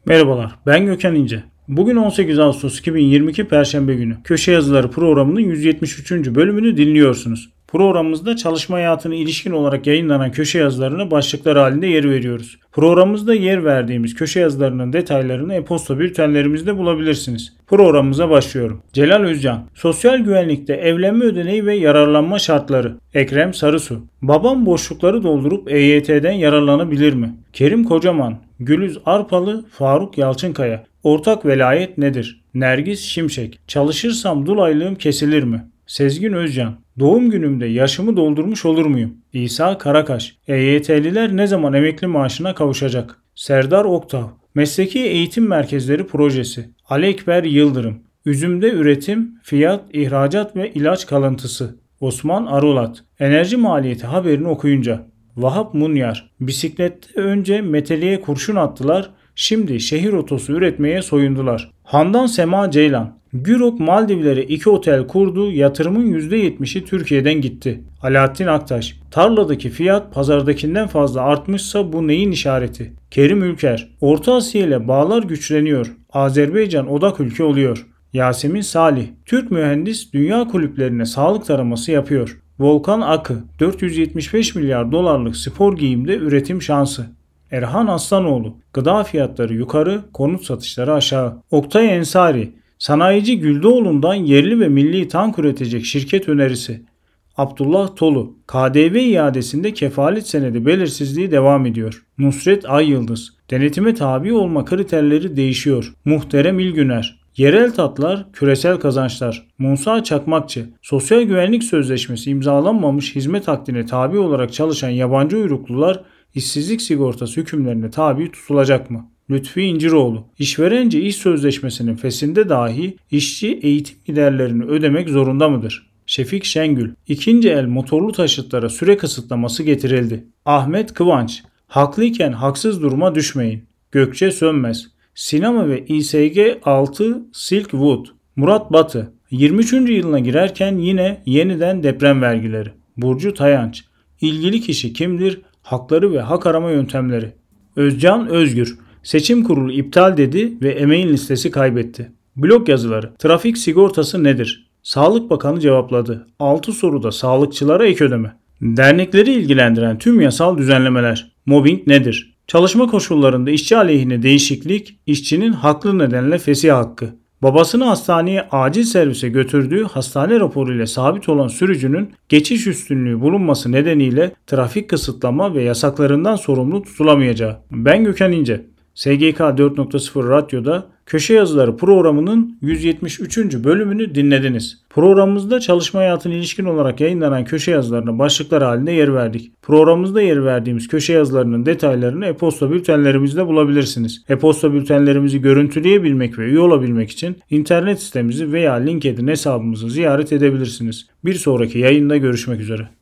Merhabalar, ben Gökhan İnce. Bugün 18 Ağustos 2022 Perşembe günü. Köşe Yazıları programının 173. bölümünü dinliyorsunuz. Programımızda çalışma hayatına ilişkin olarak yayınlanan köşe yazılarına başlıklar halinde yer veriyoruz. Programımızda yer verdiğimiz köşe yazılarının detaylarını e-posta bültenlerimizde bulabilirsiniz. Programımıza başlıyorum. Celal Özcan, sosyal güvenlikte evlenme ödeneği ve yararlanma şartları. Ekrem Sarısu, babam boşlukları doldurup EYT'den yararlanabilir mi? Kerim Kocaman, Gülüz Arpalı, Faruk Yalçınkaya. Ortak velayet nedir? Nergis Şimşek, çalışırsam dul aylığım kesilir mi? Sezgin Özcan, doğum günümde yaşımı doldurmuş olur muyum? İsa Karakaş, EYT'liler ne zaman emekli maaşına kavuşacak? Serdar Oktav, Mesleki Eğitim Merkezleri Projesi. Ali Ekber Yıldırım, üzümde üretim, fiyat, ihracat ve ilaç kalıntısı. Osman Arulat, enerji maliyeti haberini okuyunca. Vahap Munyar, bisiklette önce meteliğe kurşun attılar, şimdi şehir otosu üretmeye soyundular. Handan Sema Ceylan, Gürok Maldivlere 2 otel kurdu, yatırımın %70'i Türkiye'den gitti. Alaaddin Aktaş, tarladaki fiyat pazardakinden fazla artmışsa bu neyin işareti? Kerim Ülker, Orta Asya ile bağlar güçleniyor, Azerbaycan odak ülke oluyor. Yasemin Salih, Türk mühendis dünya kulüplerine sağlık taraması yapıyor. Volkan Akı, 475 milyar dolarlık spor giyimde üretim şansı. Erhan Aslanoğlu, gıda fiyatları yukarı, konut satışları aşağı. Oktay Ensari, sanayici Güldoğlu'ndan yerli ve milli tank üretecek şirket önerisi. Abdullah Tolu, KDV iadesinde kefalet senedi belirsizliği devam ediyor. Nusret Ayyıldız, denetime tabi olma kriterleri değişiyor. Muhterem İlgüner, yerel tatlar, küresel kazançlar. Musa Çakmakçı, sosyal güvenlik sözleşmesi imzalanmamış hizmet hakkine tabi olarak çalışan yabancı uyruklular işsizlik sigortası hükümlerine tabi tutulacak mı? Lütfi İnciroğlu, işverence iş sözleşmesinin feshinde dahi işçi eğitim giderlerini ödemek zorunda mıdır? Şefik Şengül, ikinci el motorlu taşıtlara süre kısıtlaması getirildi. Ahmet Kıvanç, haklıyken haksız duruma düşmeyin. Gökçe Sönmez, sinema ve İSG 6 Silkwood. Murat Batı, 23. yılına girerken yine yeniden deprem vergileri. Burcu Tayanç, ilgili kişi kimdir? Hakları ve hak arama yöntemleri. Özcan Özgür, seçim kurulu iptal dedi ve emeğin listesi kaybetti. Blog yazıları, trafik sigortası nedir? Sağlık Bakanı cevapladı. 6 soruda sağlıkçılara ek ödeme. Dernekleri ilgilendiren tüm yasal düzenlemeler. Mobbing nedir? Çalışma koşullarında işçi aleyhine değişiklik, işçinin haklı nedenle fesih hakkı. Babasını hastaneye acil servise götürdüğü hastane raporuyla sabit olan sürücünün geçiş üstünlüğü bulunması nedeniyle trafik kısıtlama ve yasaklarından sorumlu tutulamayacağı. Ben Gökhan İnce. SGK 4.0 Radyo'da Köşe Yazıları programının 173. bölümünü dinlediniz. Programımızda çalışma hayatına ilişkin olarak yayınlanan köşe yazılarına başlıklar halinde yer verdik. Programımızda yer verdiğimiz köşe yazılarının detaylarını e-posta bültenlerimizde bulabilirsiniz. E-posta bültenlerimizi görüntüleyebilmek ve üye olabilmek için internet sitemizi veya LinkedIn hesabımızı ziyaret edebilirsiniz. Bir sonraki yayında görüşmek üzere.